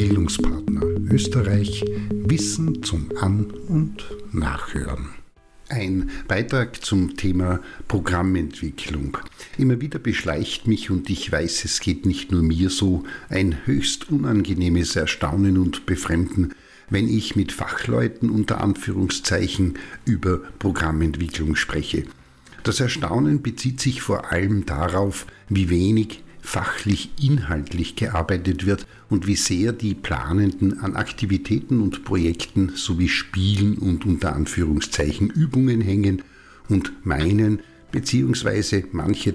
Bildungspartner Österreich Wissen zum An- und Nachhören. Ein Beitrag zum Thema Programmentwicklung. Immer wieder beschleicht mich, und ich weiß, es geht nicht nur mir so, ein höchst unangenehmes Erstaunen und Befremden, wenn ich mit Fachleuten unter Anführungszeichen über Programmentwicklung spreche. Das Erstaunen bezieht sich vor allem darauf, wie wenig fachlich inhaltlich gearbeitet wird und wie sehr die Planenden an Aktivitäten und Projekten sowie Spielen und unter Anführungszeichen Übungen hängen und meinen, beziehungsweise manche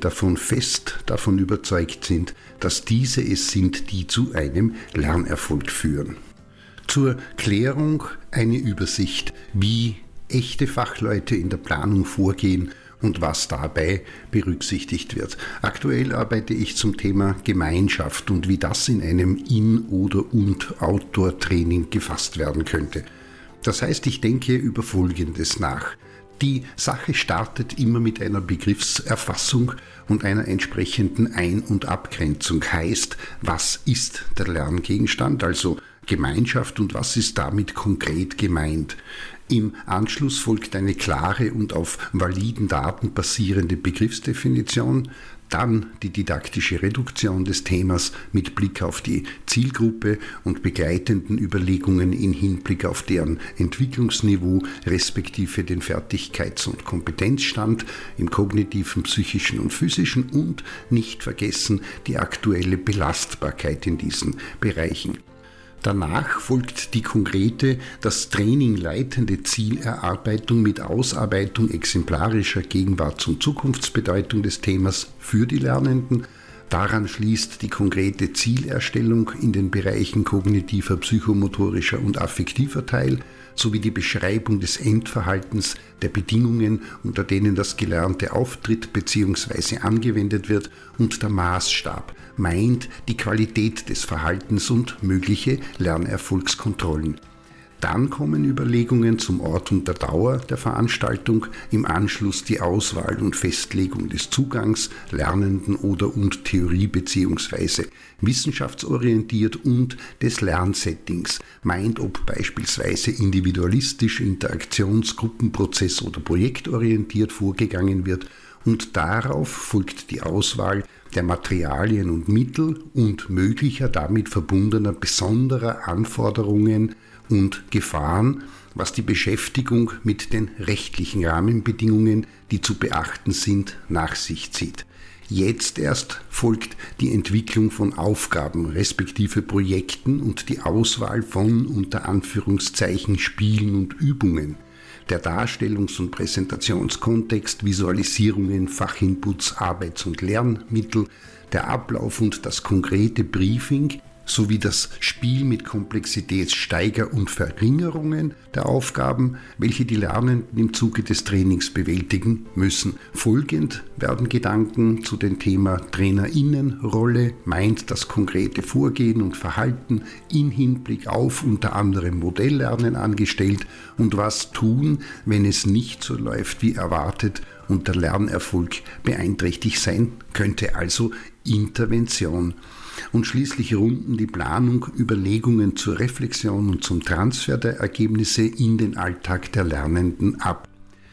davon überzeugt sind, dass diese es sind, die zu einem Lernerfolg führen. Zur Klärung eine Übersicht, wie echte Fachleute in der Planung vorgehen und was dabei berücksichtigt wird. Aktuell arbeite ich zum Thema Gemeinschaft und wie das in einem In- oder und Outdoor-Training gefasst werden könnte. Das heißt, ich denke über Folgendes nach. Die Sache startet immer mit einer Begriffserfassung und einer entsprechenden Ein- und Abgrenzung. Heißt, was ist der Lerngegenstand, also Gemeinschaft, und was ist damit konkret gemeint? Im Anschluss folgt eine klare und auf validen Daten basierende Begriffsdefinition, dann die didaktische Reduktion des Themas mit Blick auf die Zielgruppe und begleitenden Überlegungen in Hinblick auf deren Entwicklungsniveau respektive den Fertigkeits- und Kompetenzstand im kognitiven, psychischen und physischen und nicht vergessen die aktuelle Belastbarkeit in diesen Bereichen. Danach folgt die konkrete, das Training leitende Zielerarbeitung mit Ausarbeitung exemplarischer Gegenwarts- und Zukunftsbedeutung des Themas für die Lernenden. Daran schließt die konkrete Zielerstellung in den Bereichen kognitiver, psychomotorischer und affektiver Teil, sowie die Beschreibung des Endverhaltens, der Bedingungen, unter denen das Gelernte auftritt bzw. angewendet wird, und der Maßstab meint die Qualität des Verhaltens und mögliche Lernerfolgskontrollen. Dann kommen Überlegungen zum Ort und der Dauer der Veranstaltung, im Anschluss die Auswahl und Festlegung des Zugangs, Lernenden oder und Theorie bzw. wissenschaftsorientiert und des Lernsettings, meint ob beispielsweise individualistisch, Interaktions-, Gruppenprozess- oder projektorientiert vorgegangen wird, und darauf folgt die Auswahl der Materialien und Mittel und möglicher damit verbundener besonderer Anforderungen und Gefahren, was die Beschäftigung mit den rechtlichen Rahmenbedingungen, die zu beachten sind, nach sich zieht. Jetzt erst folgt die Entwicklung von Aufgaben respektive Projekten und die Auswahl von unter Anführungszeichen Spielen und Übungen. Der Darstellungs- und Präsentationskontext, Visualisierungen, Fachinputs, Arbeits- und Lernmittel, der Ablauf und das konkrete Briefing sowie das Spiel mit Komplexitätssteiger- und Verringerungen der Aufgaben, welche die Lernenden im Zuge des Trainings bewältigen müssen. Folgend werden Gedanken zu dem Thema TrainerInnenrolle, meint das konkrete Vorgehen und Verhalten in Hinblick auf unter anderem Modelllernen angestellt und was tun, wenn es nicht so läuft wie erwartet und der Lernerfolg beeinträchtigt sein könnte, also Intervention. Und schließlich runden die Planung Überlegungen zur Reflexion und zum Transfer der Ergebnisse in den Alltag der Lernenden ab.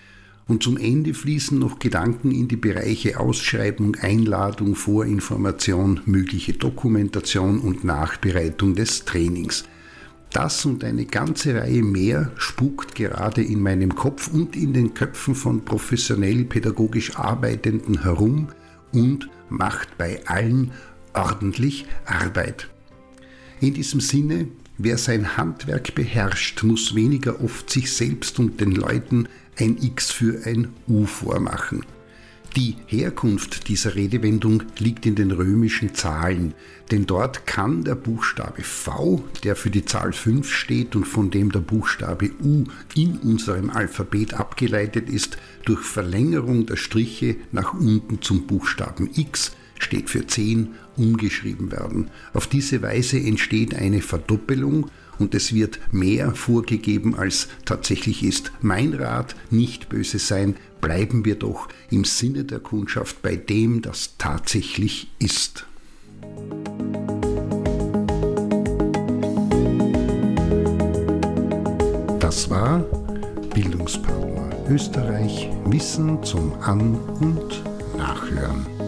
Und zum Ende fließen noch Gedanken in die Bereiche Ausschreibung, Einladung, Vorinformation, mögliche Dokumentation und Nachbereitung des Trainings. Das und eine ganze Reihe mehr spukt gerade in meinem Kopf und in den Köpfen von professionell pädagogisch Arbeitenden herum und macht bei allen ordentlich Arbeit. In diesem Sinne, wer sein Handwerk beherrscht, muss weniger oft sich selbst und den Leuten ein X für ein U vormachen. Die Herkunft dieser Redewendung liegt in den römischen Zahlen, denn dort kann der Buchstabe V, der für die Zahl 5 steht und von dem der Buchstabe U in unserem Alphabet abgeleitet ist, durch Verlängerung der Striche nach unten zum Buchstaben X, steht für 10, umgeschrieben werden. Auf diese Weise entsteht eine Verdoppelung und es wird mehr vorgegeben, als tatsächlich ist. Mein Rat, nicht böse sein, bleiben wir doch im Sinne der Kundschaft bei dem, das tatsächlich ist. Das war Bildungspartner Österreich, Wissen zum An- und Nachhören.